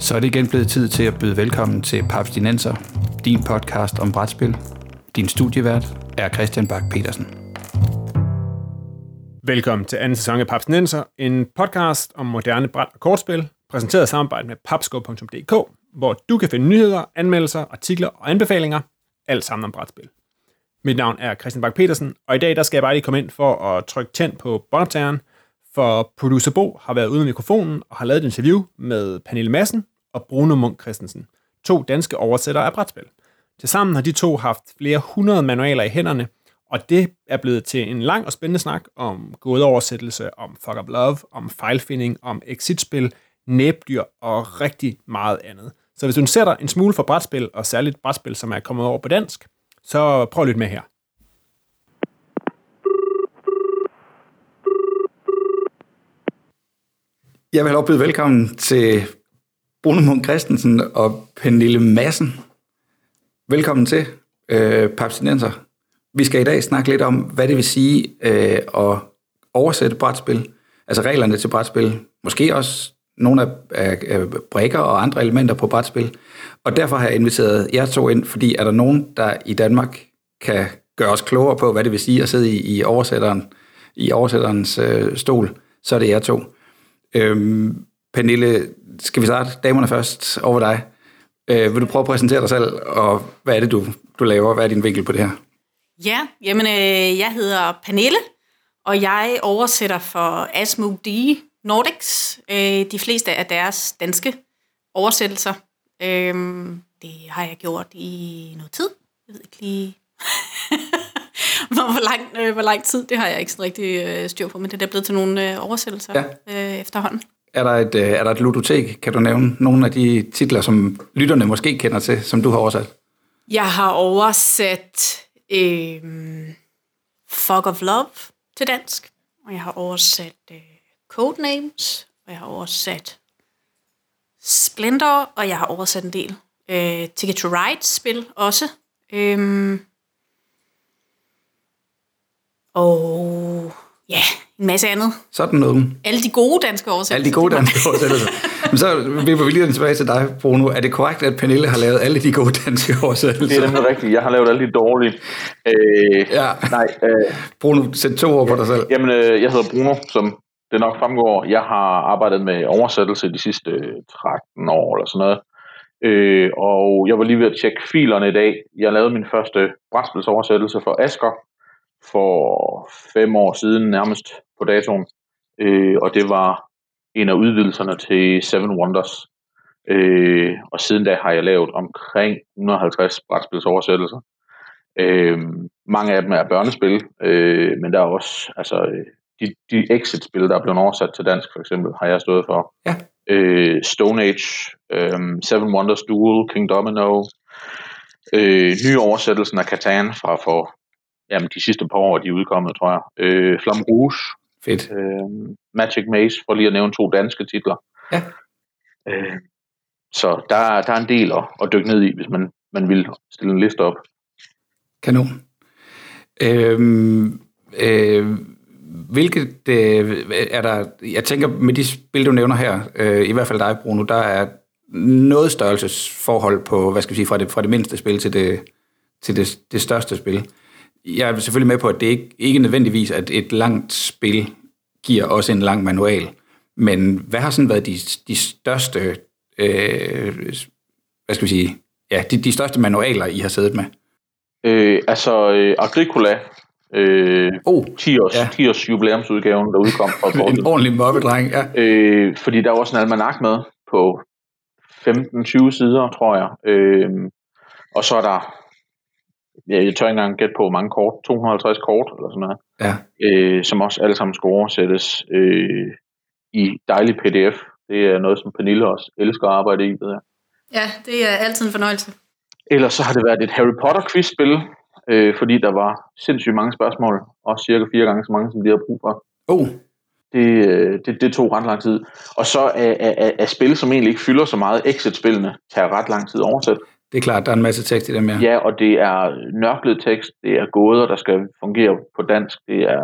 Så er det igen blevet tid til at byde velkommen til Papstinenser, din podcast om brætspil. Din studievært er Christian Bak Petersen. Velkommen til anden sæson af Papstinenser, en podcast om moderne bræt- og kortspil, præsenteret i samarbejde med papsko.dk, hvor du kan finde nyheder, anmeldelser, artikler og anbefalinger, alt sammen om brætspil. Mit navn er Christian Bak Petersen, og i dag der skal jeg bare lige komme ind for at trykke tænd på båndoptageren, for producer Bo har været ude med mikrofonen og har lavet et interview med Pernille Madsen og Bruno Munk Christensen, to danske oversættere af brætspil. Tilsammen har de to haft flere hundrede manualer i hænderne, og det er blevet til en lang og spændende snak om gådeoversættelse, om fuck up love, om fejlfinding, om exitspil, næbdyr og rigtig meget andet. Så hvis du sætter en smule for brætspil, og særligt brætspil, som er kommet over på dansk, så prøv at lytte med her. Jeg vil byde velkommen til Bruno Munk Christensen og Pernille Madsen. Velkommen til Papstinenser. Vi skal i dag snakke lidt om, hvad det vil sige at oversætte brætspil, altså reglerne til brætspil, måske også nogle af brikker og andre elementer på brætspil. Og derfor har jeg inviteret jer to ind, fordi er der nogen, der i Danmark kan gøre os klogere på, hvad det vil sige at sidde i oversætterens stol, så er det jer to. Pernille, skal vi starte damerne først over dig? Vil du prøve at præsentere dig selv, og hvad er det, du laver? Hvad er din vinkel på det her? Ja, jamen jeg hedder Pernille, og jeg oversætter for Asmodee Nordics, de fleste af deres danske oversættelser. Det har jeg gjort i noget tid. Jeg ved ikke lige, hvor lang tid, det har jeg ikke sådan rigtig styr på, men det er blevet til nogle oversættelser efterhånden. Er der et ludotek? Kan du nævne nogle af de titler, som lytterne måske kender til, som du har oversat? Jeg har oversat Fuck of Love til dansk, og jeg har oversat Codenames, og jeg har oversat Splendor, og jeg har oversat en del Ticket to Ride-spil også. Og ja, en masse andet. Sådan noget. Alle de gode danske oversættelser. Alle de gode danske oversættelser. Men så vil vi lige tilbage til dig, Bruno. Er det korrekt, at Pernille har lavet alle de gode danske oversættelser? Det er nemlig rigtigt. Jeg har lavet alle de dårlige. Bruno, sæt 2 ord på dig selv. Jamen, jeg hedder Bruno, som det nok fremgår. Jeg har arbejdet med oversættelse de sidste 13 år eller sådan noget. Og jeg var lige ved at tjekke filerne i dag. Jeg lavede min første brætspilsoversættelse for Asger for 5 år siden nærmest på datoen. Og det var en af udvidelserne til Seven Wonders. Og siden da har jeg lavet omkring 150 brætspilsoversættelser. Mange af dem er børnespil, men der er også de exit-spil, der er blevet oversat til dansk, for eksempel, har jeg stået for. Ja. Stone Age, Seven Wonders Duel, King Domino, nye oversættelsen af Catan fra for de sidste par år, de er udkommet, tror jeg. Flamme Rouge. Fedt. Magic Maze, for lige at nævne 2 danske titler. Ja. Så der er en del at dykke ned i, hvis man vil stille en liste op. Kanon. Hvilket er der, jeg tænker med de spil, du nævner her, i hvert fald dig, Bruno, der er noget størrelsesforhold på, hvad skal vi sige, fra det mindste spil til det største spil. Jeg er selvfølgelig med på, at det ikke nødvendigvis, at et langt spil giver også en lang manual. Men hvad har sådan været de største, hvad skal vi sige, de største manualer, I har siddet med? Agricola, 10 års jubilæumsudgaven, der udkom fra en ordentlig mobbedreng, ja. Fordi der er også en almanak med på 15-20 sider, tror jeg. Og så er der, jeg tør ikke engang gætte på mange kort, 250 kort eller sådan noget, som også alle sammen skal oversættes i dejlig PDF. Det er noget, som Pernille også elsker at arbejde i, ved jeg. Ja, det er altid en fornøjelse. Ellers så har det været et Harry Potter quizspil, fordi der var sindssygt mange spørgsmål, også cirka 4 gange så mange, som de har brug for. Det tog ret lang tid. Og så er spil, som egentlig ikke fylder så meget, exit-spillene, tager ret lang tid oversat. Det er klart, der er en masse tekst i dem, ja. Ja, og det er nørklet tekst, det er gåder, der skal fungere på dansk, det er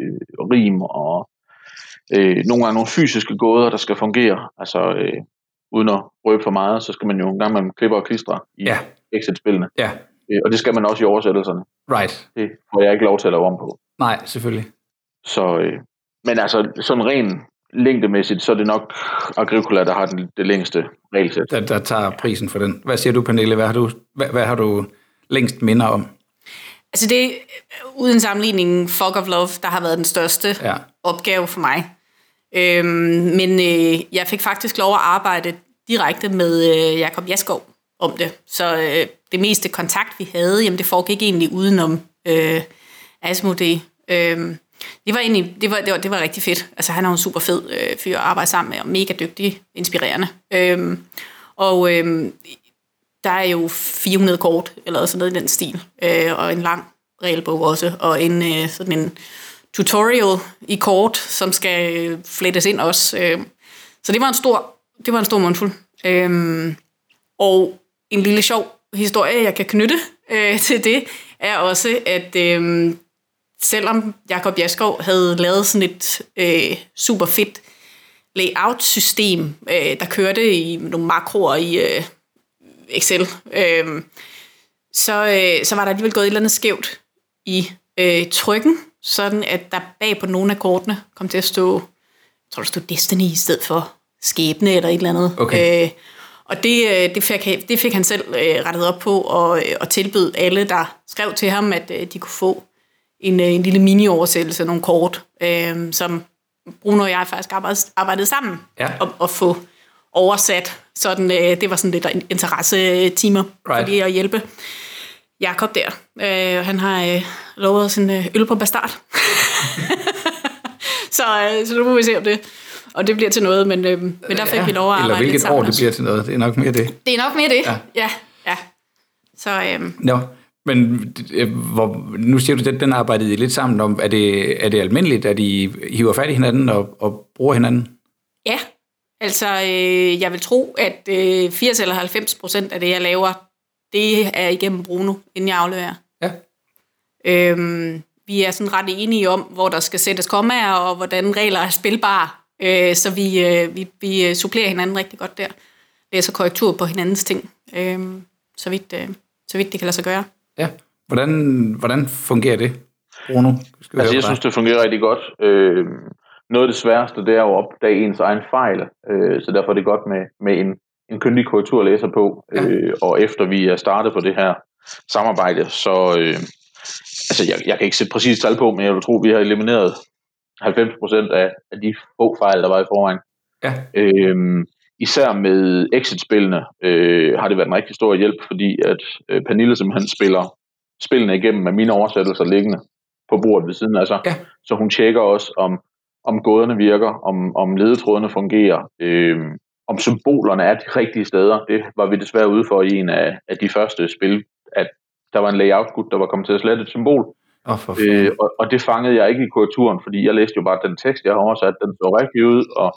rim og nogle gange nogle fysiske gåder, der skal fungere. Altså uden at røbe for meget, så skal man jo en gang med klipper og klistre i exit-spillene. Ja. Og det skal man også i oversættelserne. Right. Det får jeg ikke lov til at lave om på. Nej, selvfølgelig. Så, men altså, sådan ren længdemæssigt, så er det nok Agricola, der har det længste regelsæt. Der tager prisen for den. Hvad siger du, Pernille? Hvad har du længst minder om? Altså det, uden sammenligning, Fog of Love, der har været den største opgave for mig. Men jeg fik faktisk lov at arbejde direkte med Jakob Jaskov om det. Så det meste kontakt, vi havde, jamen det foregik egentlig udenom Asmodee. Det var rigtig fedt. Altså han er en super fed fyr at arbejde sammen med, og mega dygtig, inspirerende. Der er jo 400 kort, eller sådan noget i den stil, og en lang regelbog også, og sådan en tutorial i kort, som skal flettes ind også. Så det var en stor mundfuld. Og en lille sjov historie, jeg kan knytte til det, er også, at selvom Jakob Jaskov havde lavet sådan et super fedt layout-system, der kørte i nogle makroer i Excel, så var der alligevel gået et eller andet skævt i trykken, sådan at der bag på nogle af kortene kom til at stå, jeg tror der stod Destiny i stedet for skæbne eller et eller andet. Okay. Og det fik han selv rettet op på, og tilbød alle, der skrev til ham, at de kunne få en lille mini-oversættelse af nogle kort, som Bruno og jeg faktisk arbejdede sammen om at få oversat. Sådan, det var sådan lidt interesse-timer for lige at hjælpe Jakob der. Han har lovet sin øl på Bastard. så nu må vi se om det. Og det bliver til noget, men der fik vi lov at arbejde lidt sammen. Eller hvilket år det bliver til noget. Det er nok mere det. Det er nok mere det, ja. Så, men nu siger du, at den arbejdede I lidt sammen om. Er det almindeligt, at I hiver fat i hinanden og bruger hinanden? Ja, altså jeg vil tro, at 80 eller 90% af det, jeg laver, det er igennem Bruno, inden jeg afleverer. Ja. Vi er sådan ret enige om, hvor der skal sættes kommaer, og hvordan regler er spilbare. Så vi supplerer hinanden rigtig godt der. Læser korrektur på hinandens ting, så vidt det kan lade sig gøre. Ja. Hvordan fungerer det, Bruno? Jeg synes, det fungerer rigtig godt. Noget af det sværeste, det er jo at opdage ens egen fejl, så derfor er det godt med en kyndig korrekturlæser på. Og efter vi er startet på det her samarbejde, så jeg kan ikke sætte præcis tal på, men jeg vil tro, at vi har elimineret 90% af de få fejl, der var i forvejen. Ja. Især med exit-spillene har det været en rigtig stor hjælp, fordi at Pernille simpelthen spiller spillene igennem med mine oversættelser liggende på bordet ved siden af sig. Ja. Så hun tjekker også, om gåderne virker, om ledetrådene fungerer, om symbolerne er de rigtige steder. Det var vi desværre ude for i en af de første spil, at der var en layout-gut, der var kommet til at slette et symbol. Og det fangede jeg ikke i korrekturen, fordi jeg læste jo bare den tekst, jeg har oversat, den så rigtig ud. Og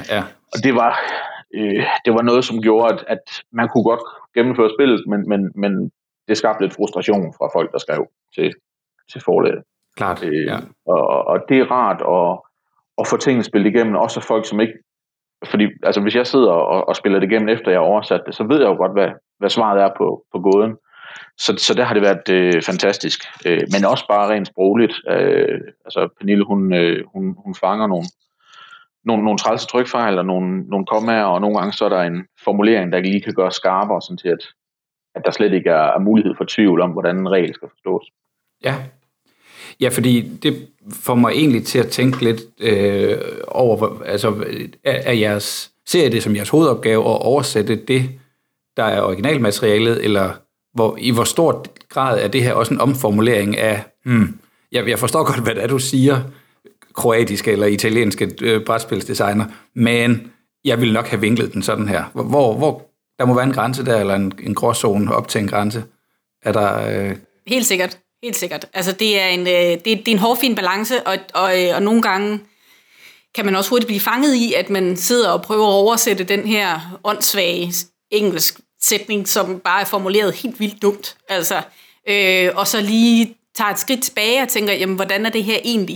det var noget, som gjorde, at man kunne godt gennemføre spillet, men det skabte lidt frustration fra folk, der skrev til forlaget. Klart, og det er rart at få tingene spillet igennem, også af folk, som ikke... Fordi altså, hvis jeg sidder og spiller det igennem, efter jeg har oversat det, så ved jeg jo godt, hvad svaret er på gåden. Så der har det været fantastisk. Men også bare rent sprogligt. Altså Pernille, hun fanger nogle trælse trykfejl og nogle kommaer, og nogle gange så er der en formulering, der lige kan gøre skarpere, sådan til at der slet ikke er mulighed for tvivl om, hvordan en regel skal forstås. Ja, fordi det får mig egentlig til at tænke lidt over, altså ser I det som jeres hovedopgave at oversætte det, der er originalmaterialet, eller i hvor stor grad er det her også en omformulering af, jeg forstår godt, hvad det er, du siger, kroatiske eller italienske brætspilsdesigner, men jeg vil nok have vinklet den sådan her. Hvor der må være en grænse der, eller en gråzone op til en grænse. Er der... Helt sikkert. Altså det er en hårfin balance, og nogle gange kan man også hurtigt blive fanget i, at man sidder og prøver at oversætte den her åndssvage engelsk sætning, som bare er formuleret helt vildt dumt. Altså, og så lige tager et skridt tilbage og tænker, jamen, hvordan er det her egentlig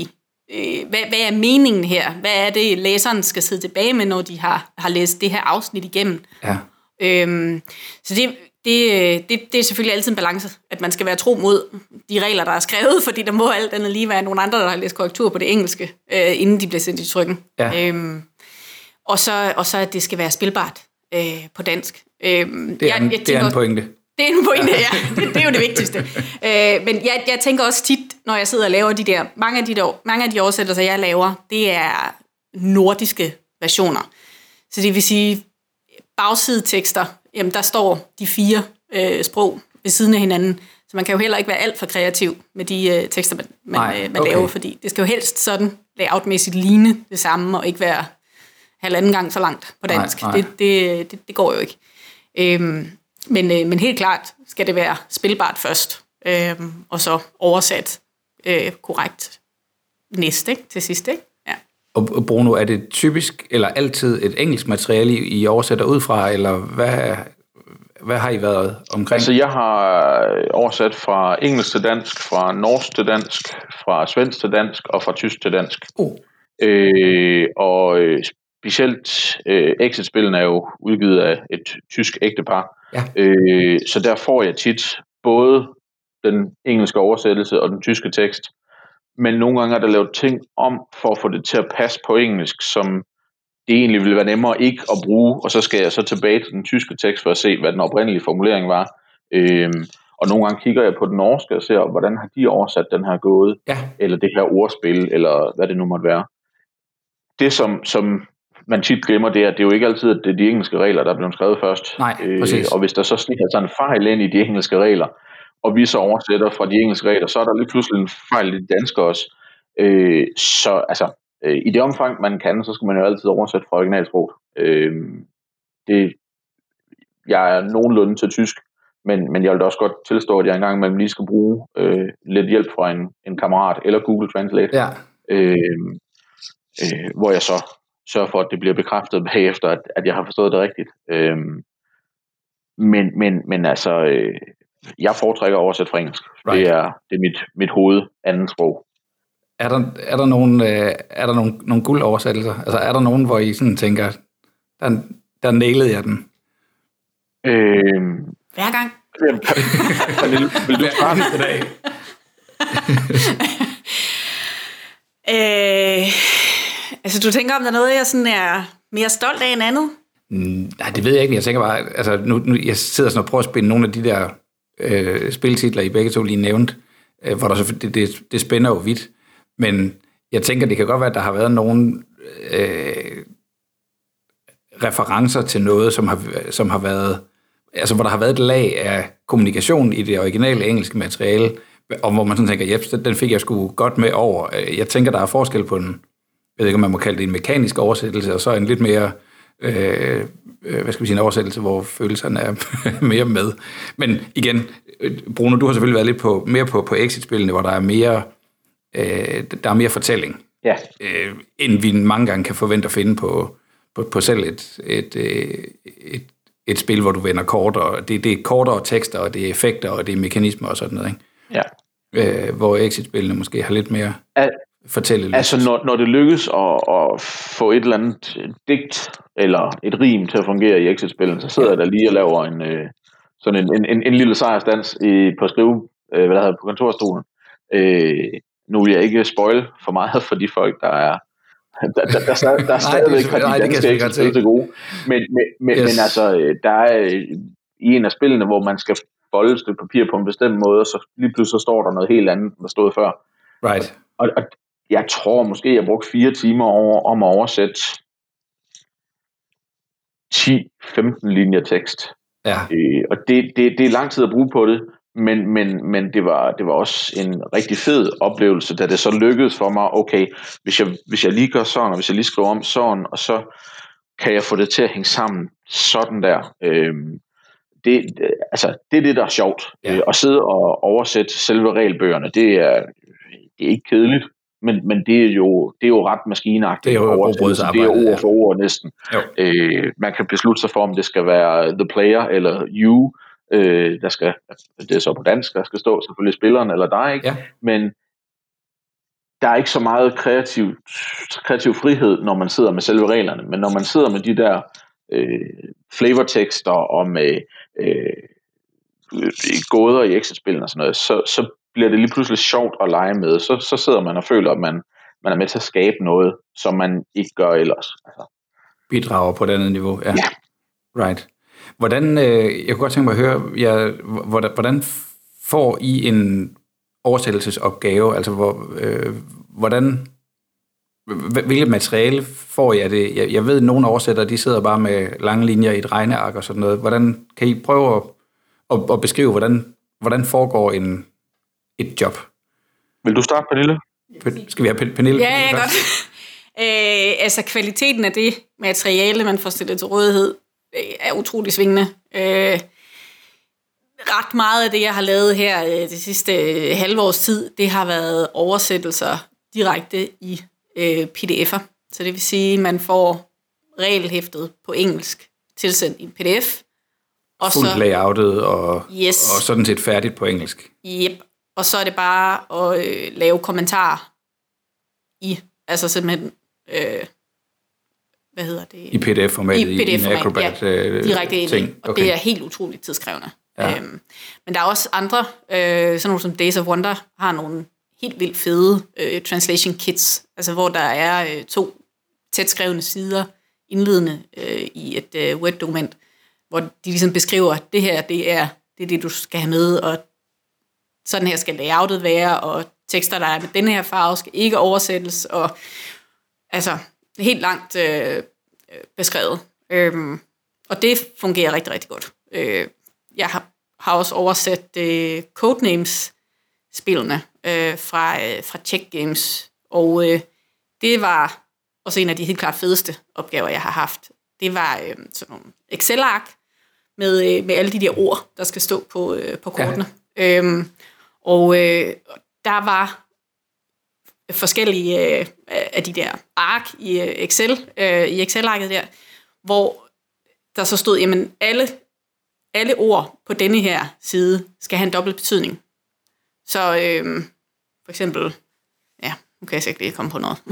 hvad er meningen her? Hvad er det, læseren skal sidde tilbage med, når de har læst det her afsnit igennem? Ja. Så det er selvfølgelig altid en balance, at man skal være tro mod de regler, der er skrevet, fordi der må alt andet lige være nogle andre, der har læst korrektur på det engelske, inden de bliver sendt i trykken. Ja. Og så at det skal være spilbart på dansk. Det er en pointe. Det er en pointe, ja. Det er jo det vigtigste. Men jeg tænker også tit, når jeg sidder og laver de der, mange af de oversættelser, jeg laver, det er nordiske versioner. Så det vil sige, bagsidetekster, jamen der står de 4 sprog ved siden af hinanden. Så man kan jo heller ikke være alt for kreativ med de tekster, man laver, fordi det skal jo helst sådan layoutmæssigt ligne det samme, og ikke være 1,5 gang så langt på dansk. Nej. Det går jo ikke. Men helt klart skal det være spilbart først, og så oversat korrekt til sidst, ikke? Ja. Og Bruno, er det typisk eller altid et engelsk materiale, I oversætter ud fra, eller hvad har I været omkring? Altså, jeg har oversat fra engelsk til dansk, fra norsk til dansk, fra svensk til dansk og fra tysk til dansk. Og specielt Exit-spillene er jo udgivet af et tysk ægtepar. Ja. Så der får jeg tit både den engelske oversættelse og den tyske tekst. Men nogle gange er der lavet ting om for at få det til at passe på engelsk, som det egentlig ville være nemmere ikke at bruge. Og så skal jeg så tilbage til den tyske tekst for at se, hvad den oprindelige formulering var. Og nogle gange kigger jeg på den norske og ser, hvordan har de oversat den her gåde, eller det her ordspil, eller hvad det nu måtte være. Det, som man tit glemmer, det er, at det er jo ikke altid, at det er de engelske regler, der er blevet skrevet først. Nej, præcis. Og hvis der så sniger sådan en fejl ind i de engelske regler, og vi så oversætter fra de engelske regler, så er der lige pludselig en fejl i de danske også. Så altså, i det omfang, man kan, så skal man jo altid oversætte fra originalsproget. Jeg er nogenlunde til tysk, men jeg vil da også godt tilstå, at jeg engang imellem lige skal bruge lidt hjælp fra en kammerat eller Google Translate. Ja. Hvor jeg så sørger for, at det bliver bekræftet bagefter, at jeg har forstået det rigtigt. Men altså, jeg foretrækker at oversætte fra engelsk. Right. Det er mit hoved anden sprog. Er der nogle guldoversættelser? Altså er der nogen, hvor I sådan tænker, der nailede jeg den? Hver gang. Vil du starte i dag? Altså du tænker, om der er noget, jeg sådan er mere stolt af end andet? Nej, det ved jeg ikke. Jeg tænker bare, altså nu jeg sidder sådan og prøver at spille nogle af de der spiltitler, I begge to lige nævnt, hvor der selvfølgelig, det spænder jo vidt. Men jeg tænker, det kan godt være, at der har været nogle referencer til noget, som har været, altså hvor der har været et lag af kommunikation i det originale engelske materiale, og hvor man sådan tænker, jeps, den fik jeg sgu godt med over. Jeg tænker, der er forskel på den, jeg ved ikke, om man må kalde det en mekanisk oversættelse, og så en lidt mere, en oversættelse, hvor følelserne er mere med. Men igen, Bruno, du har selvfølgelig været lidt mere på exit-spillene, hvor der er mere fortælling, end vi mange gange kan forvente at finde på selv et spil, hvor du vender kort, og det er kortere tekster, og det er effekter, og det er mekanismer og sådan noget, ikke? Ja. Hvor exit-spillene måske har lidt mere fortællelyst. Altså når det lykkes at få et eller andet digt eller et rim til at fungere i exit-spillene, så sidder jeg der lige og laver en lille sejrsdans på på kontorstolen. Nu vil jeg ikke spoil for meget for de folk, der er stadigvæk har de danske exit-spil til gode. Men altså, der er i en af spillene, hvor man skal folde et stykke papir på en bestemt måde, og så lige pludselig så står der noget helt andet, der stod før. Right. Og jeg tror måske, jeg brugte 4 timer om at oversætte 10-15 linjer tekst. Ja. Og det er lang tid at bruge på det, men det var også en rigtig fed oplevelse, da det så lykkedes for mig, okay, hvis jeg lige gør sådan, og hvis jeg lige skriver om sådan, og så kan jeg få det til at hænge sammen sådan der. Det er det, der er sjovt. Ja. At sidde og oversætte selve regelbøgerne, det er ikke kedeligt, men det er jo ret maskineagtigt. Det er jo det er ord for ord næsten. Man kan beslutte sig for, om det skal være the player eller you, det er så på dansk, der skal stå selvfølgelig spilleren eller dig, ikke? Ja. Men der er ikke så meget kreativ frihed, når man sidder med selve reglerne, men når man sidder med de der flavortekster og med gåder i Excel-spillene og sådan noget, så bliver det lige pludselig sjovt at lege med. Så sidder man og føler, at man er med til at skabe noget, som man ikke gør ellers. Altså. Bidrager på et andet niveau, ja. Right. Hvordan, jeg kunne godt tænke mig at høre, hvordan får I en oversættelsesopgave? Altså, hvilket materiale får I af det? Jeg ved, at nogle oversættere, de sidder bare med lange linjer i et regneark og sådan noget. Hvordan kan I prøve at beskrive, hvordan foregår et job? Vil du starte, Pernille? Skal vi have Pernille? Ja, godt. Altså, kvaliteten af det materiale, man får stillet til rådighed, er utrolig svingende. Ret meget af det, jeg har lavet her det sidste halve års tid, det har været oversættelser direkte i pdf'er. Så det vil sige, at man får regelhæftet på engelsk tilsendt i en pdf. Og fuldt så layoutet og sådan set færdigt på engelsk. Yep. Og så er det bare at lave kommentarer i, altså simpelthen, hvad hedder det? I pdf-formatet, i en Acrobat direkte ind. ting. Og det er helt utroligt tidskrævende. Ja. Men der er også andre, sådan nogle som Days of Wonder, har nogle helt vildt fede translation kits, altså hvor der er 2 tætskrevne sider indledende i et Word-dokument, hvor de ligesom beskriver, at det her, det er det, du skal have med, og sådan her skal layoutet være, og tekster, der er med den her farve, skal ikke oversættes, og altså helt langt beskrevet. Og det fungerer rigtig, rigtig godt. Jeg har også oversat Codenames-spillene fra Check Games, og det var også en af de helt klart fedeste opgaver, jeg har haft. Det var sådan nogle Excel-ark med alle de der ord, der skal stå på kortene. Ja. Der var forskellige af de der ark i Excel-arket der, hvor der så stod, jamen alle ord på denne her side skal have en dobbelt betydning. Så for eksempel, ja, nu kan jeg sikkert ikke komme på noget.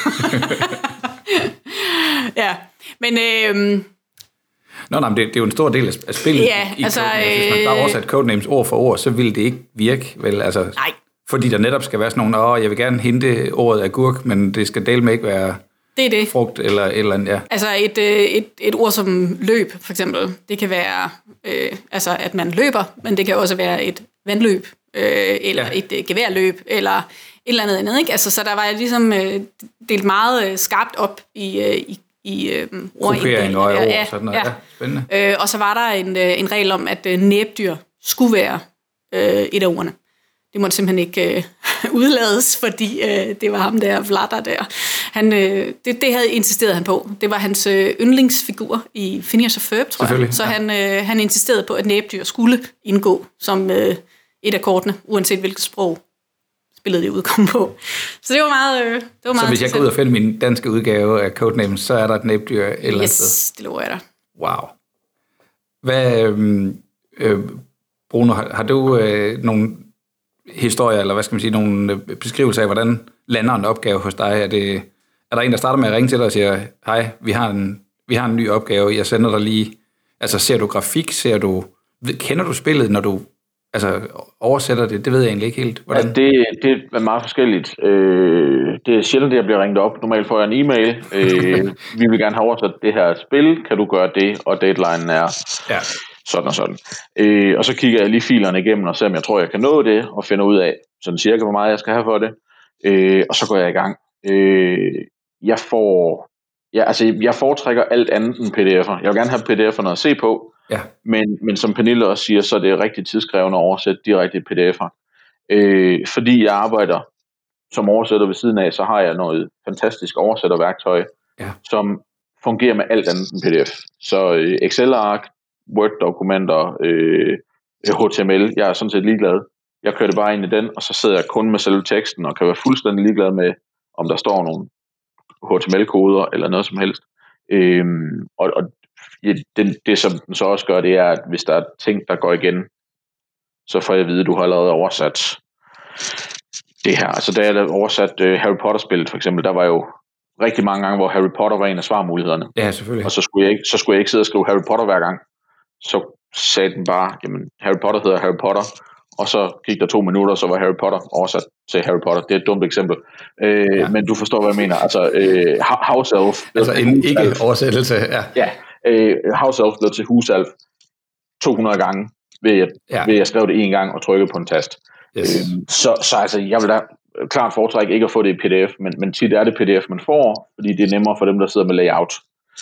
Ja, men men det er jo en stor del af spillet. Ja, altså, hvis man bare oversat Codenames ord for ord, så ville det ikke virke, vel? Altså, nej. Fordi der netop skal være sådan nogle, jeg vil gerne hente ordet agurk, men det skal dele med ikke være frugt eller ja. Altså et ord som løb, for eksempel, det kan være, altså at man løber, men det kan også være et vandløb, eller et geværløb, eller et eller andet, ikke? Altså, så der var ligesom delt meget skarpt op i gruppering og ord, sådan noget. Ja. Spændende. Og så var der en regel om, at næbdyr skulle være et af ordene. Det måtte simpelthen ikke udlades, fordi det var ham der, Vlader der. Det havde insisteret han på. Det var hans yndlingsfigur i Phineas og Ferb, tror jeg. Så han insisterede på, at næbdyr skulle indgå som et af kortene, uanset hvilket sprog spillet det udkom på. Så det var meget Så hvis jeg går ud og finder min danske udgave af Codenames, så er der et næbdyr et eller andet sted? Yes, det lover jeg dig. Wow. Hvad, Bruno, har du nogle historier, eller hvad skal man sige, nogle beskrivelser af, hvordan lander en opgave hos dig? Er der en, der starter med at ringe til dig og siger, hej, vi har en ny opgave, jeg sender dig lige, altså ser du grafik, kender du spillet, når du oversætter det? Det ved jeg egentlig ikke helt. Hvordan? Altså, det er meget forskelligt. Det er sjældent, at jeg bliver ringet op. Normalt får jeg en e-mail. Vi vil gerne have oversat det her spil. Kan du gøre det? Og deadline er sådan og sådan. Og så kigger jeg lige filerne igennem og ser, om jeg tror, jeg kan nå det, og finder ud af sådan cirka, hvor meget jeg skal have for det. Og så går jeg i gang. Jeg foretrækker alt andet end pdf'er. Jeg vil gerne have pdf'erne at se på. Ja. Men som Pernille også siger, så er det rigtig tidskrævende at oversætte direkte i pdf'er. Fordi jeg arbejder som oversætter ved siden af, så har jeg noget fantastisk oversætterværktøj, som fungerer med alt andet end pdf. Så Excel-ark, Word-dokumenter, HTML, jeg er sådan set ligeglad. Jeg kører det bare ind i den, og så sidder jeg kun med selve teksten, og kan være fuldstændig ligeglad med, om der står nogle HTML-koder eller noget som helst. Det som den så også gør, det er, at hvis der er ting, der går igen, så får jeg at vide, at du har allerede oversat det her. Altså da jeg oversat Harry Potter-spillet for eksempel, der var jo rigtig mange gange, hvor Harry Potter var en af svarmulighederne. Ja, selvfølgelig. Og så skulle jeg ikke sidde og skrive Harry Potter hver gang. Så sagde den bare, jamen Harry Potter hedder Harry Potter, og så gik der 2 minutter, så var Harry Potter oversat til Harry Potter. Det er et dumt eksempel. Men du forstår, hvad jeg mener. Altså House Elf. Altså en ikke-oversættelse, ja. Ja, House Elf blev til Husalf 200 gange, ved jeg skrev det en gang og trykke på en tast. Yes. Så altså, jeg vil da klart foretrække ikke at få det i pdf, men tit er det pdf, man får, fordi det er nemmere for dem, der sidder med layout.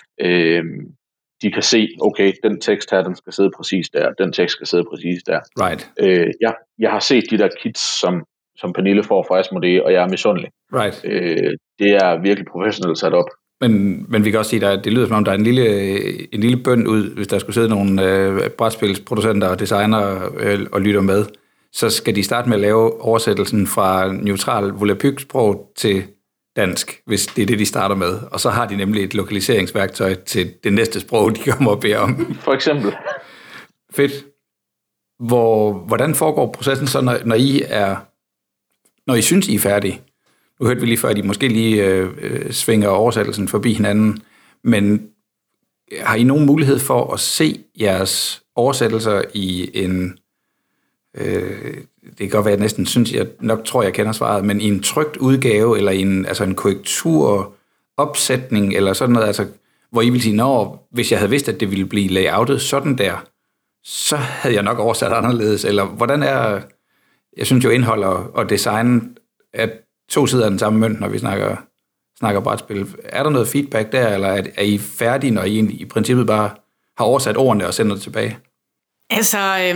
De kan se, okay, den tekst her, den skal sidde præcis der, den tekst skal sidde præcis der. Right. Jeg har set de der kits, som Pernille får fra Asmodee, og jeg er misundelig. Right. Det er virkelig professionelt sat op. Men vi kan også sige, at det lyder som om, der er en lille bøn ud, hvis der skulle sidde nogle brætspilsproducenter og designere og lytter med, så skal de starte med at lave oversættelsen fra neutral volapyk-sprog til dansk, hvis det er det, de starter med. Og så har de nemlig et lokaliseringsværktøj til det næste sprog, de kommer og beder om. For eksempel. Fedt. Hvordan foregår processen så, når I synes, I er færdige? Nu hørte vi lige før, at I måske lige svinger oversættelsen forbi hinanden, men har I nogen mulighed for at se jeres oversættelser i en... det kan godt være, jeg næsten synes, jeg nok tror, jeg kender svaret, men i en trykt udgave, eller i en korrekturopsætning, eller sådan noget, altså, hvor I vil sige, hvis jeg havde vidst, at det ville blive layoutet sådan der, så havde jeg nok oversat anderledes, eller hvordan er... Jeg synes jo, indhold og design er 2 sider af den samme mønt, når vi snakker brætspil. Er der noget feedback der, eller er I færdige, når I i princippet bare har oversat ordene og sender det tilbage? Altså,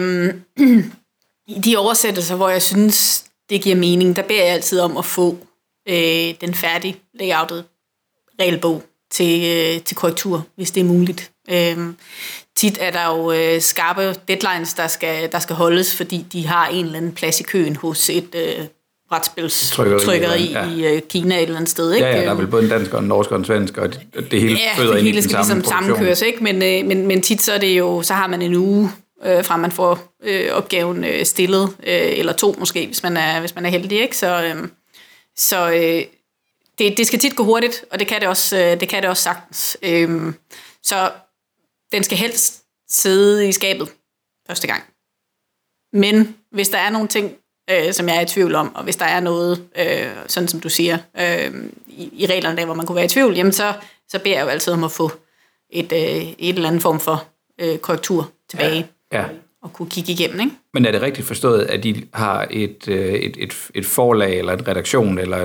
i de oversættelser, hvor jeg synes, det giver mening, der beder jeg altid om at få den færdige layoutet regelbog til korrektur, hvis det er muligt. Tit er der jo skarpe deadlines, der skal holdes, fordi de har en eller anden plads i køen hos et brætspilstrykkeri i Kina et eller andet sted. Ikke? Ja, der er vel både en dansk og en norsk og en svensk, og det hele føder ind i den samme produktion. ligesom sammenkøres, ikke? Men tit så er det jo, så har man en uge, fra man får opgaven stillet, eller 2 måske, hvis man er heldig, ikke? Så det skal tit gå hurtigt, og det kan det også sagtens. Så den skal helst sidde i skabet første gang. Men hvis der er nogle ting, som jeg er i tvivl om, og hvis der er noget, sådan som du siger, i reglerne der, hvor man kunne være i tvivl, jamen så beder jeg jo altid om at få et eller andet form for korrektur tilbage. Ja. Og kunne kigge igennem, ikke? Men er det rigtigt forstået, at de har et forlag, eller en redaktion, eller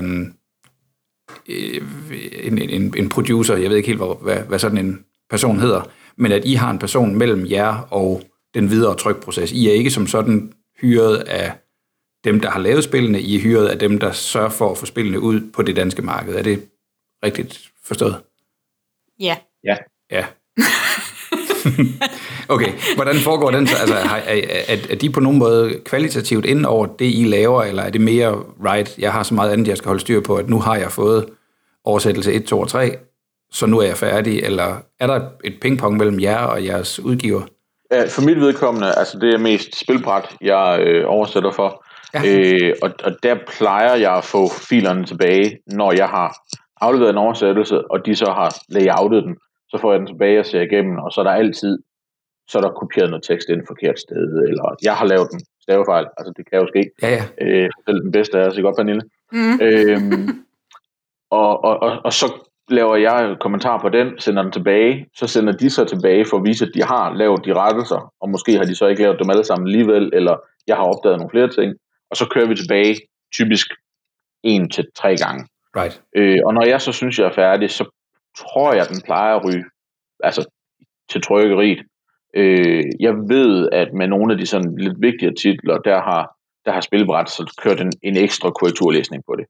en producer, jeg ved ikke helt, hvad sådan en person hedder, men at I har en person mellem jer og den videre trykproces. I er ikke som sådan hyret af dem, der har lavet spillene, I er hyret af dem, der sørger for at få spillene ud på det danske marked. Er det rigtigt forstået? Ja. Ja. Okay, hvordan foregår den så? Altså, er de på nogen måde kvalitativt inden over det, I laver, eller er det mere right, jeg har så meget andet, jeg skal holde styr på, at nu har jeg fået oversættelse 1, 2 og 3, så nu er jeg færdig, eller er der et pingpong mellem jer og jeres udgiver? For mit vedkommende, altså det er mest spilbræt, jeg oversætter for, og der plejer jeg at få filerne tilbage, når jeg har afleveret en oversættelse, og de så har layoutet den, så får jeg den tilbage og ser igennem, og så er der altid kopieret noget tekst ind et forkert sted, eller jeg har lavet en stavefejl, altså det kan jo ske. Ja. Selv den bedste af os, ikke godt, Pernille? Og så laver jeg kommentar på den, sender den tilbage, så sender de så tilbage for at vise, at de har lavet de rettelser, og måske har de så ikke lavet dem alle sammen alligevel, eller jeg har opdaget nogle flere ting, og så kører vi tilbage typisk 1 til 3 gange. Right. Og når jeg så synes, jeg er færdig, så tror jeg, den plejer at ryge til trykkeriet. Jeg ved, at med nogle af de sådan lidt vigtigere titler, der har spilbræt, så kørt en ekstra korrekturlæsning på det.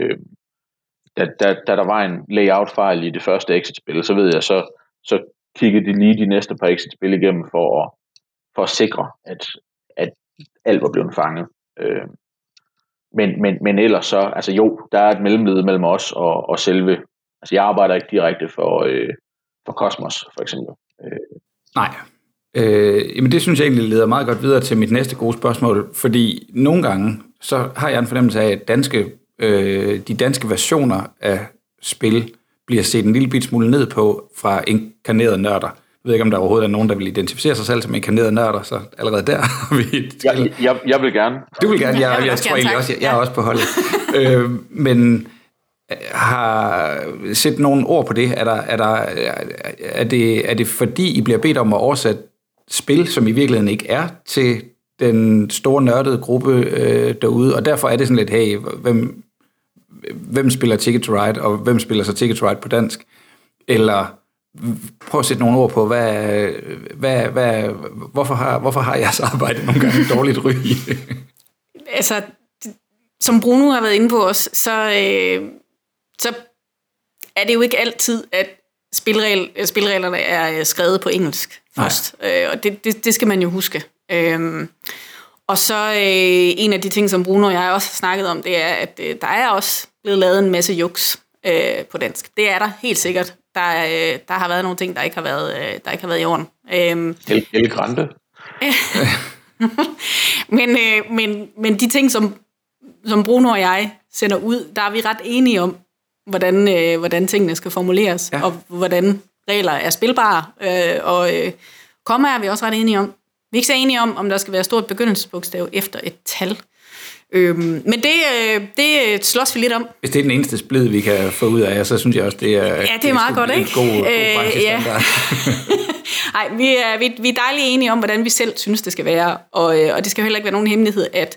Da der var en layout-fejl i det første exit-spil, så ved jeg, så kiggede de lige de næste par exit-spil igennem for at sikre, at alt var blevet fanget. Men ellers så, altså jo, der er et mellemled mellem os og selve, altså jeg arbejder ikke direkte for Cosmos, for eksempel. Nej, Jamen det synes jeg egentlig leder meget godt videre til mit næste gode spørgsmål, fordi nogle gange, så har jeg en fornemmelse af, at de danske versioner af spil bliver set en lille bit smule ned på fra inkarnerede nørder. Jeg ved ikke, om der overhovedet er nogen, der vil identificere sig selv som inkarnerede nørder, så allerede der har vi... Jeg vil gerne. Du vil gerne, jeg tror egentlig også, jeg er også på holdet. Men har set nogle ord på det? Er det fordi, I bliver bedt om at oversætte spil, som i virkeligheden ikke er, til den store nørdede gruppe derude, og derfor er det sådan lidt, hey, hvem spiller Ticket to Ride, og hvem spiller så Ticket to Ride på dansk? Eller prøv at sætte nogle ord på, hvorfor har jeres arbejde nogle gange dårligt ry? Altså, som Bruno har været inde på os, så er det jo ikke altid, at spilreglerne er skrevet på engelsk først. Og det skal man jo huske. Og så en af de ting, som Bruno og jeg også har snakket om, det er, at der er også blevet lavet en masse juks på dansk. Det er der helt sikkert. Der har været nogle ting, der ikke har været i orden. El Grande. men de ting, som Bruno og jeg sender ud, der er vi ret enige om, hvordan tingene skal formuleres, og hvordan regler er spilbare. Og komma er vi også ret enige om. Vi er ikke så enige om der skal være stort begyndelsesbogstav efter et tal. Men det slås vi lidt om. Hvis det er den eneste splid, vi kan få ud af jer, så synes jeg også, det er... Ja, det er meget godt, ikke? God branchestandard. Nej, vi er dejligt enige om, hvordan vi selv synes, det skal være. Og det skal heller ikke være nogen hemmelighed, at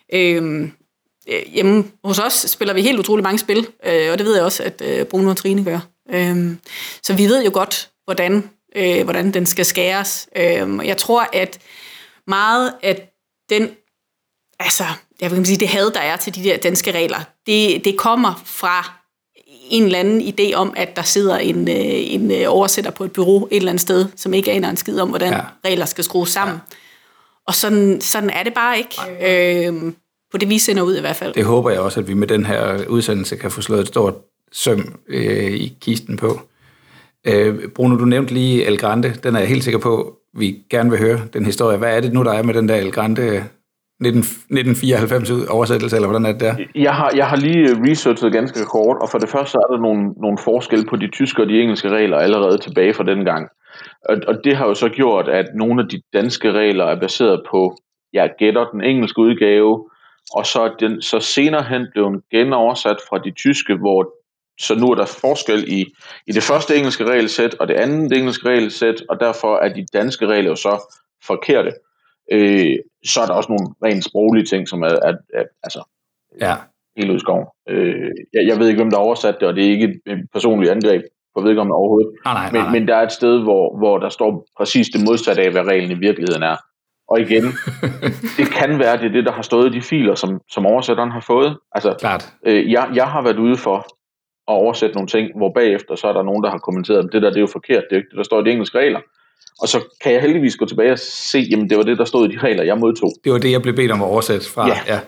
hjemme hos os spiller vi helt utrolig mange spil. Og det ved jeg også, at Bruno og Trine gør. Så vi ved jo godt, hvordan den skal skæres. Jeg tror, at meget af den... Altså, jeg vil sige, det had, der er til de der danske regler, det kommer fra en eller anden idé om, at der sidder en oversætter på et bureau et eller andet sted, som ikke aner en skid om, hvordan regler skal skrues sammen. Ja. Og sådan er det bare ikke. På det, vi sender ud i hvert fald. Det håber jeg også, at vi med den her udsendelse kan få slået et stort søm i kisten på. Bruno, du nævnte lige El Grande. Den er jeg helt sikker på, vi gerne vil høre den historie. Hvad er det nu, der er med den der El Grande 1994 oversættelse, eller hvordan er det der? Jeg har lige researchet ganske kort, og for det første er der nogle forskelle på de tyske og de engelske regler allerede tilbage fra den gang. Og det har jo så gjort, at nogle af de danske regler er baseret på, jeg gætter den engelske udgave, og så er den så senere hen blevet genoversat fra de tyske, hvor så nu er der forskel i det første engelske regelsæt og det andet engelske regelsæt, og derfor er de danske regler jo så forkerte. Så er der også nogle rent sproglige ting, som er altså helt ud i skoven. Jeg ved ikke, hvem der har oversat det, og det er ikke et personligt angreb på vedkommende overhovedet. Nej. Men der er et sted, hvor der står præcis det modsatte af, hvad reglen i virkeligheden er. Og igen, det kan være, det er det, der har stået i de filer, som oversætteren har fået. Altså, klart. Jeg har været ude for at oversætte nogle ting, hvor bagefter så er der nogen, der har kommenteret, at det der, det er jo forkert, det er ikke det, der står i de engelske regler. Og så kan jeg heldigvis gå tilbage og se, jamen det var det, der stod i de regler, jeg modtog. Det var det, jeg blev bedt om at oversætte fra. Ja.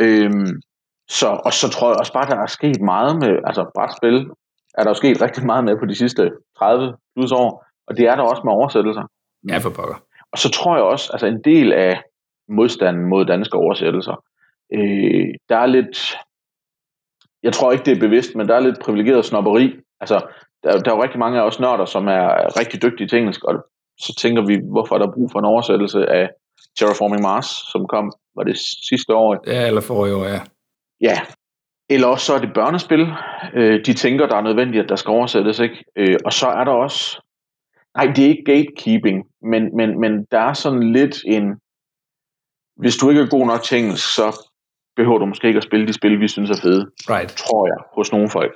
Så tror jeg også bare, der er sket meget med, altså brætspil, er der jo sket rigtig meget med på de sidste 30 plus år, og det er der også med oversættelser. Ja, for pokker. Og så tror jeg også, altså en del af modstanden mod danske oversættelser, der er lidt, jeg tror ikke det er bevidst, men der er lidt privilegeret snobberi. Altså, der er jo rigtig mange af os nørder, som er rigtig dygtige til engelsk, og så tænker vi, hvorfor er der brug for en oversættelse af Terraforming Mars, som kom, var det sidste år? Ja, eller forrige år, ja. Ja, eller også så er det børnespil. De tænker, der er nødvendigt, at der skal oversættes, ikke? Og så er der også, nej, det er ikke gatekeeping, men der er sådan lidt en, hvis du ikke er god nok til engelsk, så behøver du måske ikke at spille de spil, vi synes er fede, tror jeg, hos nogle folk.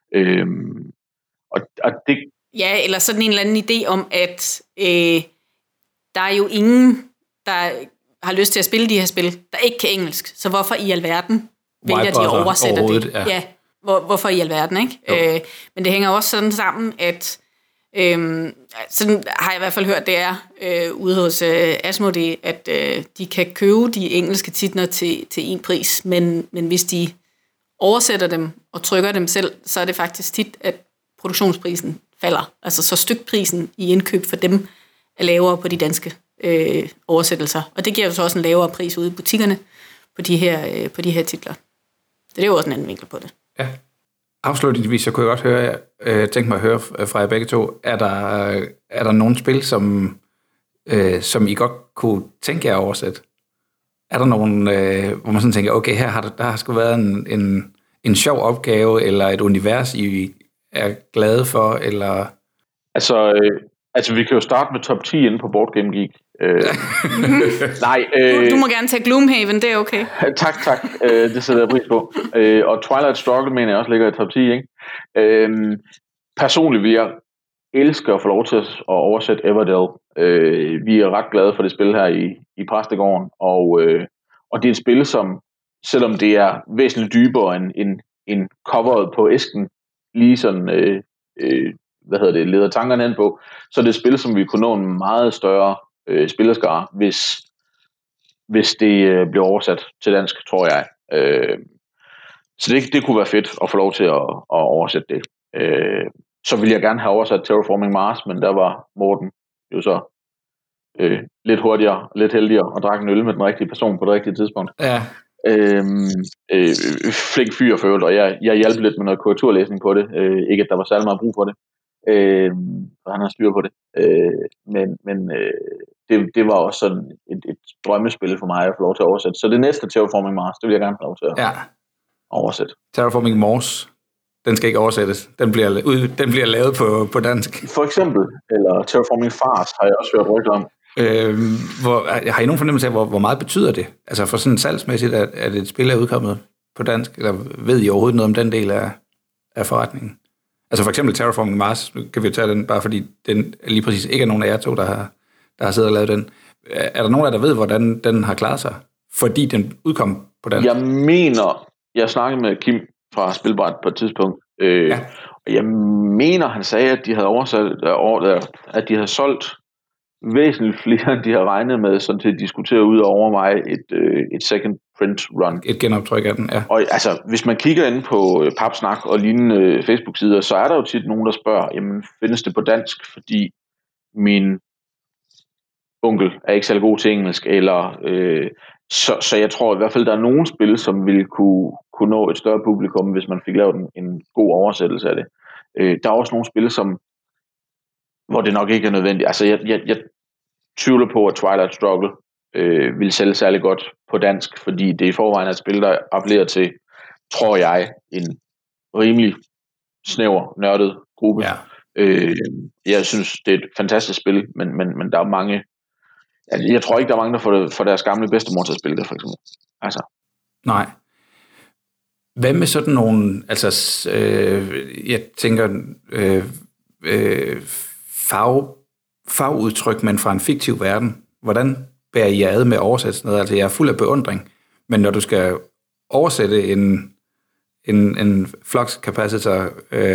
Og det... Ja, eller sådan en eller anden idé om, at der er jo ingen, der har lyst til at spille de her spil, der ikke kan engelsk. Så hvorfor i alverden vælger de at oversætte det? Ja, hvorfor i alverden, ikke? Men det hænger også sådan sammen, at sådan har jeg i hvert fald hørt, det er ude hos Asmodee, at de kan købe de engelske titler til en pris, men hvis de oversætter dem og trykker dem selv, så er det faktisk tit, at produktionsprisen falder. Altså så stykprisen i indkøb for dem er lavere på de danske oversættelser. Og det giver jo så også en lavere pris ude i butikkerne på de her titler. Så det er jo også en anden vinkel på det. Ja. Afslutningsvis, så kunne jeg godt tænke mig at høre fra jer begge to, er der nogle spil, som I godt kunne tænke jer at oversætte? Er der nogen, hvor man sådan tænker, okay, her der har sgu været en sjov opgave, eller et univers, I er glade for, eller... Altså, vi kan jo starte med top 10 inde på Board Game Geek. Nej. Du må gerne tage Gloomhaven, det er okay. Tak. Det sætter jeg pris på. Og Twilight Struggle, mener jeg også ligger i top 10, ikke? Personligt vil jeg elske at få lov til at oversætte Everdell. Vi er ret glade for det spil her i Præstegården, og det er et spil, som, selvom det er væsentligt dybere end coveret på æsken, lige sådan... leder tankerne hen på, så det er et spil, som vi kunne nå en meget større spillerskare, hvis det bliver oversat til dansk, tror jeg. Så det kunne være fedt at få lov til at oversætte det. Så ville jeg gerne have oversat Terraforming Mars, men der var Morten jo så lidt hurtigere, lidt heldigere og drak en øl med den rigtige person på det rigtige tidspunkt. Ja. Flink fyr for øvrigt, og jeg hjalp lidt med noget korrekturlæsning på det. Ikke at der var særlig meget brug for det. Og han har styr på det. Men det var også sådan et drømmespil for mig at få lov til at oversætte. Så det næste Terraforming Mars, det vil jeg gerne få lov til at oversætte. Terraforming Mars, den skal ikke oversættes. Den bliver lavet på dansk. For eksempel, eller Terraforming Fars har jeg også hørt rygter om. Har I nogen fornemmelse af, hvor meget betyder det? Altså for sådan salgsmæssigt, at et spil er udkommet på dansk, eller ved I overhovedet noget om den del af forretningen? Altså for eksempel Terraforming Mars, nu kan vi jo tage den, bare fordi den lige præcis ikke er nogen af jer to, der har siddet og lavet den. Er der nogen af jer, der ved, hvordan den har klaret sig, fordi den udkom på dansk? Jeg snakkede med Kim fra Spilbræt på et tidspunkt, og jeg mener, han sagde, at de havde oversat, at de havde solgt væsentligt flere, end de har regnet med, sådan til at diskutere ud og overveje et second print run. Et genoptryk af den, ja. Og altså, hvis man kigger ind på Papsnak og lignende Facebook-sider, så er der jo tit nogen, der spørger, jamen, findes det på dansk, fordi min onkel er ikke særlig god til engelsk, eller så jeg tror i hvert fald, der er nogle spil, som ville kunne nå et større publikum, hvis man fik lavet en god oversættelse af det. Der er også nogle spil, hvor det nok ikke er nødvendigt. Altså, jeg tvivler på, at Twilight Struggle vil sælge særlig godt på dansk, fordi det i forvejen er et spil, der appellerer til, tror jeg, en rimelig snæver, nørdet gruppe. Ja. Jeg synes, det er et fantastisk spil, men der er mange... Jeg tror ikke, der er mange, der får deres gamle bedstemor til at spille det, for eksempel. Altså. Nej. Hvad med sådan nogle... Altså, jeg tænker... fagudtryk, men fra en fiktiv verden. Hvordan bærer I ad med oversættelsen? Altså, jeg er fuld af beundring, men når du skal oversætte en flux capacitor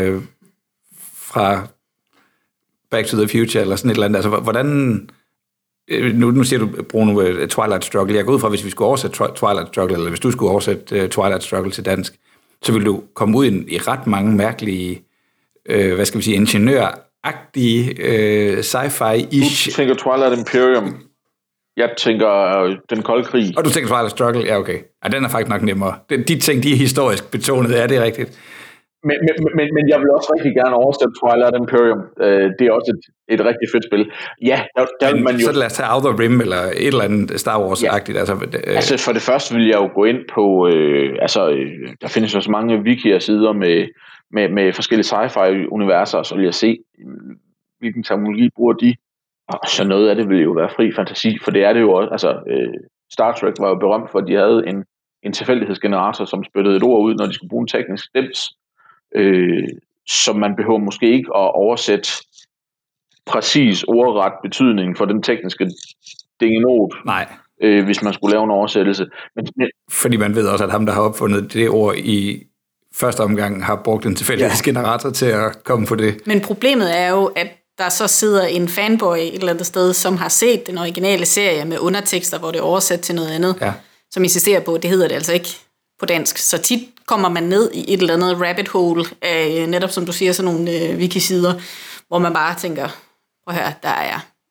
fra Back to the Future, eller sådan et eller andet, altså, hvordan... Nu siger du, Bruno, Twilight Struggle. Jeg går ud fra, hvis vi skulle oversætte Twilight Struggle, eller hvis du skulle oversætte Twilight Struggle til dansk, så ville du komme ud i ret mange mærkelige, ingeniøragtige sci-fi-ish. Du tænker Twilight Imperium. Jeg tænker Den Kolde Krig. Og du tænker Twilight Struggle? Ja, okay. Ja, den er faktisk nok nemmere. De ting, de er historisk betonet, det er rigtigt. Men jeg vil også rigtig gerne oversætte Twilight Imperium. Det er også et rigtig fedt spil. Ja, der vil man jo... Så lad os tage Outer Rim eller et eller andet Star Wars-agtigt. Ja. Altså for det første vil jeg jo gå ind på... der findes jo så mange wiki-sider med forskellige sci-fi-universer, så vil jeg se, hvilken teknologi bruger de. Og så noget af det vil jo være fri fantasi, for det er det jo også. Altså, Star Trek var jo berømt for, at de havde en tilfældighedsgenerator, som spyttede et ord ud, når de skulle bruge en teknisk dims. Så man behøver måske ikke at oversætte præcis ordret betydning for den tekniske dingenot. Nej. Hvis man skulle lave en oversættelse. Men, fordi man ved også, at ham, der har opfundet det ord i første omgang, har brugt en tilfældighedsgenerator til at komme på det. Men problemet er jo, at der så sidder en fanboy et eller andet sted, som har set den originale serie med undertekster, hvor det er oversat til noget andet, som insisterer på, det hedder det altså ikke på dansk. Så tit kommer man ned i et eller andet rabbit hole, netop som du siger, sådan nogle wiki-sider, hvor man bare tænker, prøv her, der er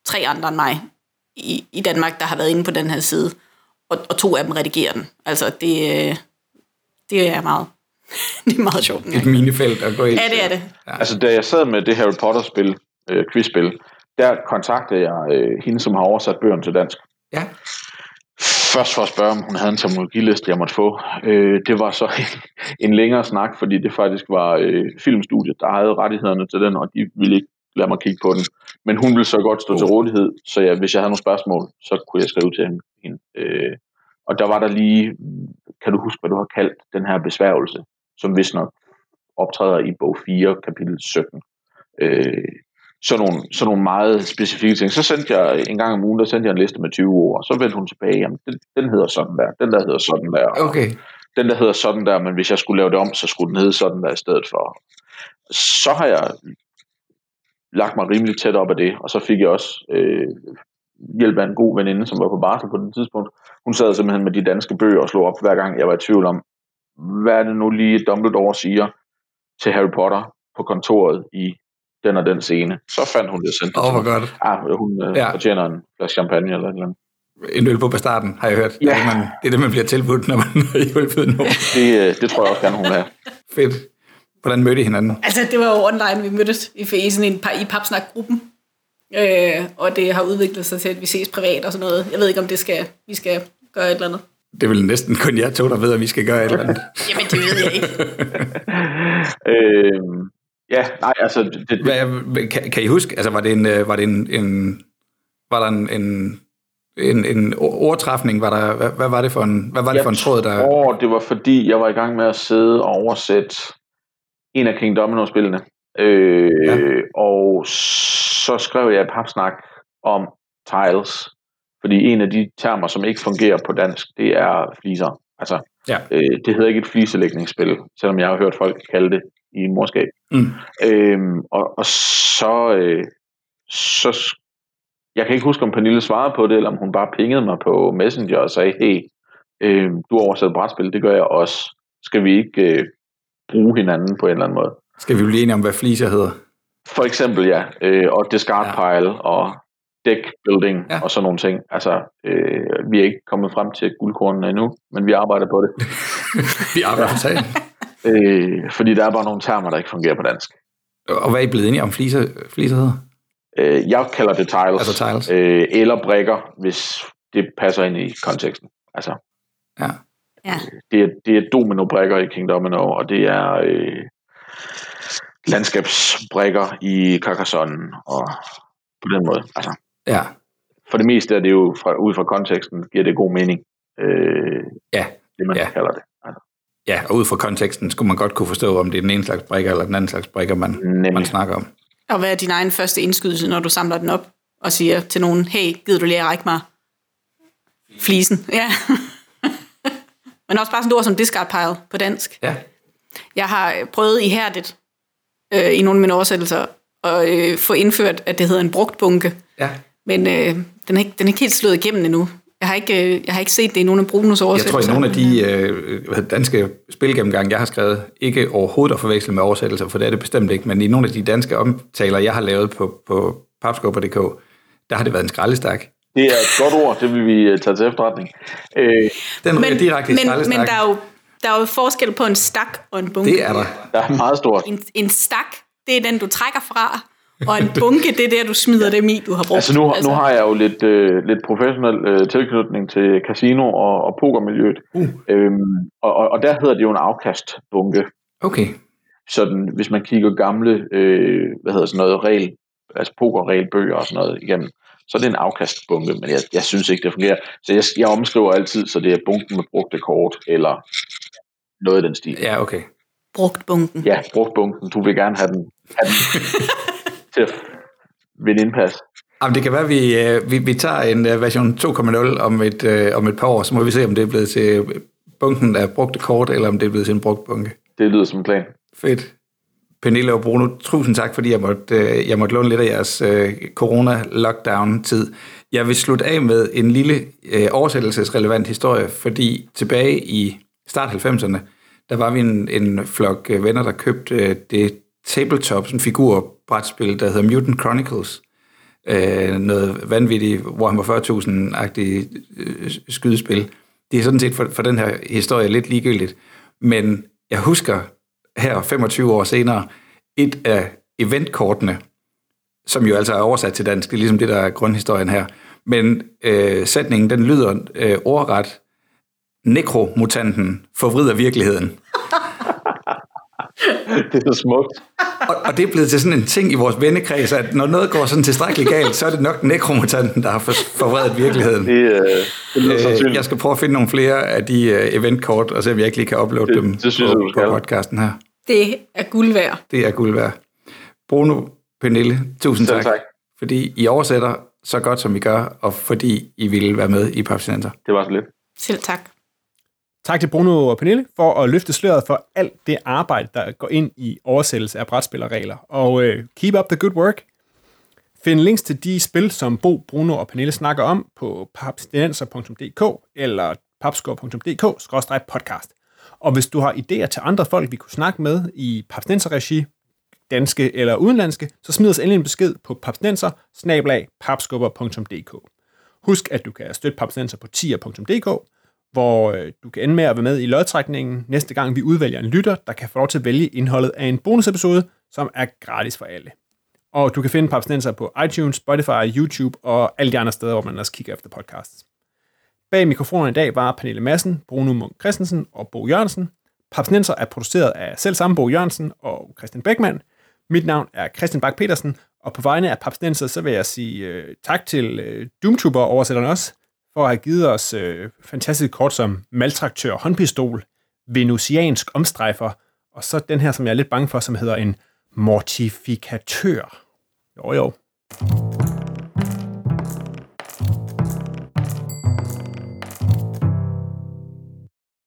3 andre end mig i Danmark, der har været inde på den her side, og 2 af dem redigerer den. Altså, det er meget, det er meget sjovt. Et minefelt at gå ind. Ja, det er det. Ja. Altså, da jeg sad med det Harry Potter-spil, quizspil, der kontaktede jeg hende, som har oversat bøgerne til dansk. Ja. Først for at spørge, om hun havde en terminologiliste, jeg måtte få. Det var så en længere snak, fordi det faktisk var filmstudiet, der havde rettighederne til den, og de ville ikke lade mig kigge på den. Men hun ville så godt stå til rådighed, så hvis jeg havde nogle spørgsmål, så kunne jeg skrive til hende. Og der var der lige, kan du huske, hvad du har kaldt den her besværgelse, som vist nok optræder i bog 4, kapitel 17. Sådan nogle meget specifikke ting. Så sendte jeg en gang om ugen, der sendte jeg en liste med 20 ord, og så vendte hun tilbage, jamen den hedder sådan der, den der hedder sådan der, Okay. den der hedder sådan der, men hvis jeg skulle lave det om, så skulle den hedde sådan der i stedet for. Så har jeg lagt mig rimelig tæt op af det, og så fik jeg også hjælp af en god veninde, som var på barsel på det tidspunkt. Hun sad simpelthen med de danske bøger og slog op hver gang, jeg var i tvivl om, hvad er det nu lige Dumbledore siger til Harry Potter på kontoret i den og den scene. Så fandt hun det sendt. Hvor godt. Hun fortjener en flaske champagne eller et eller andet. En øl på bastarden, har jeg hørt. Ja. Det er det, man bliver tilbudt, når man har hjulpet nogen. Det tror jeg også gerne, hun er. Fedt. Hvordan mødte I hinanden? Altså, det var jo online, vi mødtes i sådan i Papsnak-gruppen. Og det har udviklet sig til, at vi ses privat og sådan noget. Jeg ved ikke, om vi skal gøre et eller andet. Det er vel næsten kun jer to, der ved, at vi skal gøre et eller andet. Jamen, det ved jeg ikke. Ja, nej, altså... Kan I huske, altså var der en ordtræfning? Hvad var det for en tråd, der... det var fordi, jeg var i gang med at sidde og oversætte en af King Domino-spillene. Og så skrev jeg et papsnak om tiles, fordi en af de termer, som ikke fungerer på dansk, det er fliser. Altså, det hedder ikke et fliselægningsspil, selvom jeg har hørt folk kalde det i morskab. Og så jeg kan ikke huske, om Pernille svarede på det, eller om hun bare pingede mig på Messenger og sagde, hey, du har oversat brætspil, det gør jeg også. Skal vi ikke bruge hinanden på en eller anden måde? Skal vi blive enige om, hvad fliser hedder? For eksempel, ja. Og discard pile og deck building og sådan nogle ting. Altså, vi er ikke kommet frem til guldkornene endnu, men vi arbejder på det. Vi arbejder på sagen. Fordi der er bare nogle termer, der ikke fungerer på dansk. Og hvad er I blevet enige om, fliser hedder? Jeg kalder det tiles. Altså tiles. Eller brikker, hvis det passer ind i konteksten. Altså, ja. Det er domino-brikker i King Domino, og det er landskabsbrikker i Carcassonne, og på den måde. Altså, for det meste er det jo ud fra konteksten, giver det god mening. Det man kalder det. Altså. Ja, og ud fra konteksten skulle man godt kunne forstå, om det er den ene slags brikker eller den anden slags brikker, man snakker om. Og hvad er din egen første indskydelse, når du samler den op og siger til nogen, hey, gider du lige at række mig flisen? Ja. Men også bare sådan et ord som discard pile på dansk. Ja. Jeg har prøvet ihærdigt i nogle af mine oversættelser at få indført, at det hedder en brugt bunke. Ja. Men den er ikke helt slået igennem endnu. Jeg har ikke set det i nogle af Brunos oversættelser. Jeg tror, i nogle af de danske spilgennemgange, jeg har skrevet, ikke overhovedet at forveksle med oversættelser, for det er det bestemt ikke, men i nogle af de danske omtaler, jeg har lavet på papskubber.dk, der har det været en skraldestak. Det er et godt ord, det vil vi tage til efterretning. Den ryger direkte i skraldestak. Men der er jo forskel på en stak og en bunke. Det er der. Der er meget stort. En stak, det er den, du trækker fra, og en bunke, det er der, du smider dem i, du har brugt. Altså nu har jeg jo lidt professionel tilknytning til casino og pokermiljøet. Og der hedder det jo en afkastbunke. Okay. Sådan, hvis man kigger gamle, pokerregelbøger og sådan noget igennem, så er det en afkastbunke, men jeg synes ikke, det fungerer. Så jeg omskriver altid, så det er bunken med brugte kort, eller noget af den stil. Ja, okay. Brugt bunken. Ja, brugt bunken. Du vil gerne have den til at vinde indpas. Jamen, det kan være, at vi tager en version 2.0 om et par år, så må vi se, om det er blevet til bunken af brugte kort, eller om det er blevet til en brugt bunke. Det lyder som en plan. Fedt. Pernille og Bruno, tusind tak, fordi jeg måtte låne lidt af jeres corona-lockdown-tid. Jeg vil slutte af med en lille oversættelsesrelevant historie, fordi tilbage i start 90'erne, der var vi en flok venner, der købte det tabletop, sådan en figurbrætspil, der hedder Mutant Chronicles. noget vanvittigt Warhammer 40.000-agtigt skydespil. Det er sådan set for den her historie lidt ligegyldigt. Men jeg husker her 25 år senere, et af eventkortene, som jo altså er oversat til dansk, det er ligesom det, der er grundhistorien her. Men sætningen, den lyder ordret: nekromutanten forvrider virkeligheden. Det er så smukt. Og det er blevet til sådan en ting i vores vennekreds, at når noget går sådan tilstrækkeligt galt, så er det nok nekromutanten, der har forvredet virkeligheden. Det jeg skal prøve at finde nogle flere af de eventkort, og se om jeg ikke lige kan uploade dem på podcasten her. Det er guld værd. Det er guld værd. Bruno, Pernille, tusind tak, fordi I oversætter så godt, som I gør, og fordi I ville være med i Papstinenser. Det var så lidt. Selv tak. Tak til Bruno og Pernille for at løfte sløret for alt det arbejde, der går ind i oversættelse af brætspillerregler. Og keep up the good work. Find links til de spil, som Bo, Bruno og Pernille snakker om på papstinenser.dk eller papscore.dk/podcast. Og hvis du har idéer til andre folk, vi kunne snakke med i papstinenser-regi, danske eller udenlandske, så smid os endelig en besked på papstinenser@papskubber.dk. Husk, at du kan støtte Papstinenser på tier.dk, hvor du kan ende med at være med i lodtrækningen næste gang vi udvælger en lytter, der kan få lov til at vælge indholdet af en bonusepisode, som er gratis for alle. Og du kan finde Papstinenser på iTunes, Spotify, YouTube og alle de andre steder, hvor man også kigger efter podcasts. Bag mikrofonen i dag var Pernille Madsen, Bruno Munk Christensen og Bo Jørgensen. Papstinenser er produceret af selv samme Bo Jørgensen og Christian Beckmann. Mit navn er Christian Bak Petersen, og på vegne af Papstinenser, så vil jeg sige tak til Doomtrooper-oversætterne også, for at have givet os fantastisk kort som maltraktør, håndpistol, venusiansk omstrejfer, og så den her, som jeg er lidt bange for, som hedder en mortifikatør. Jo.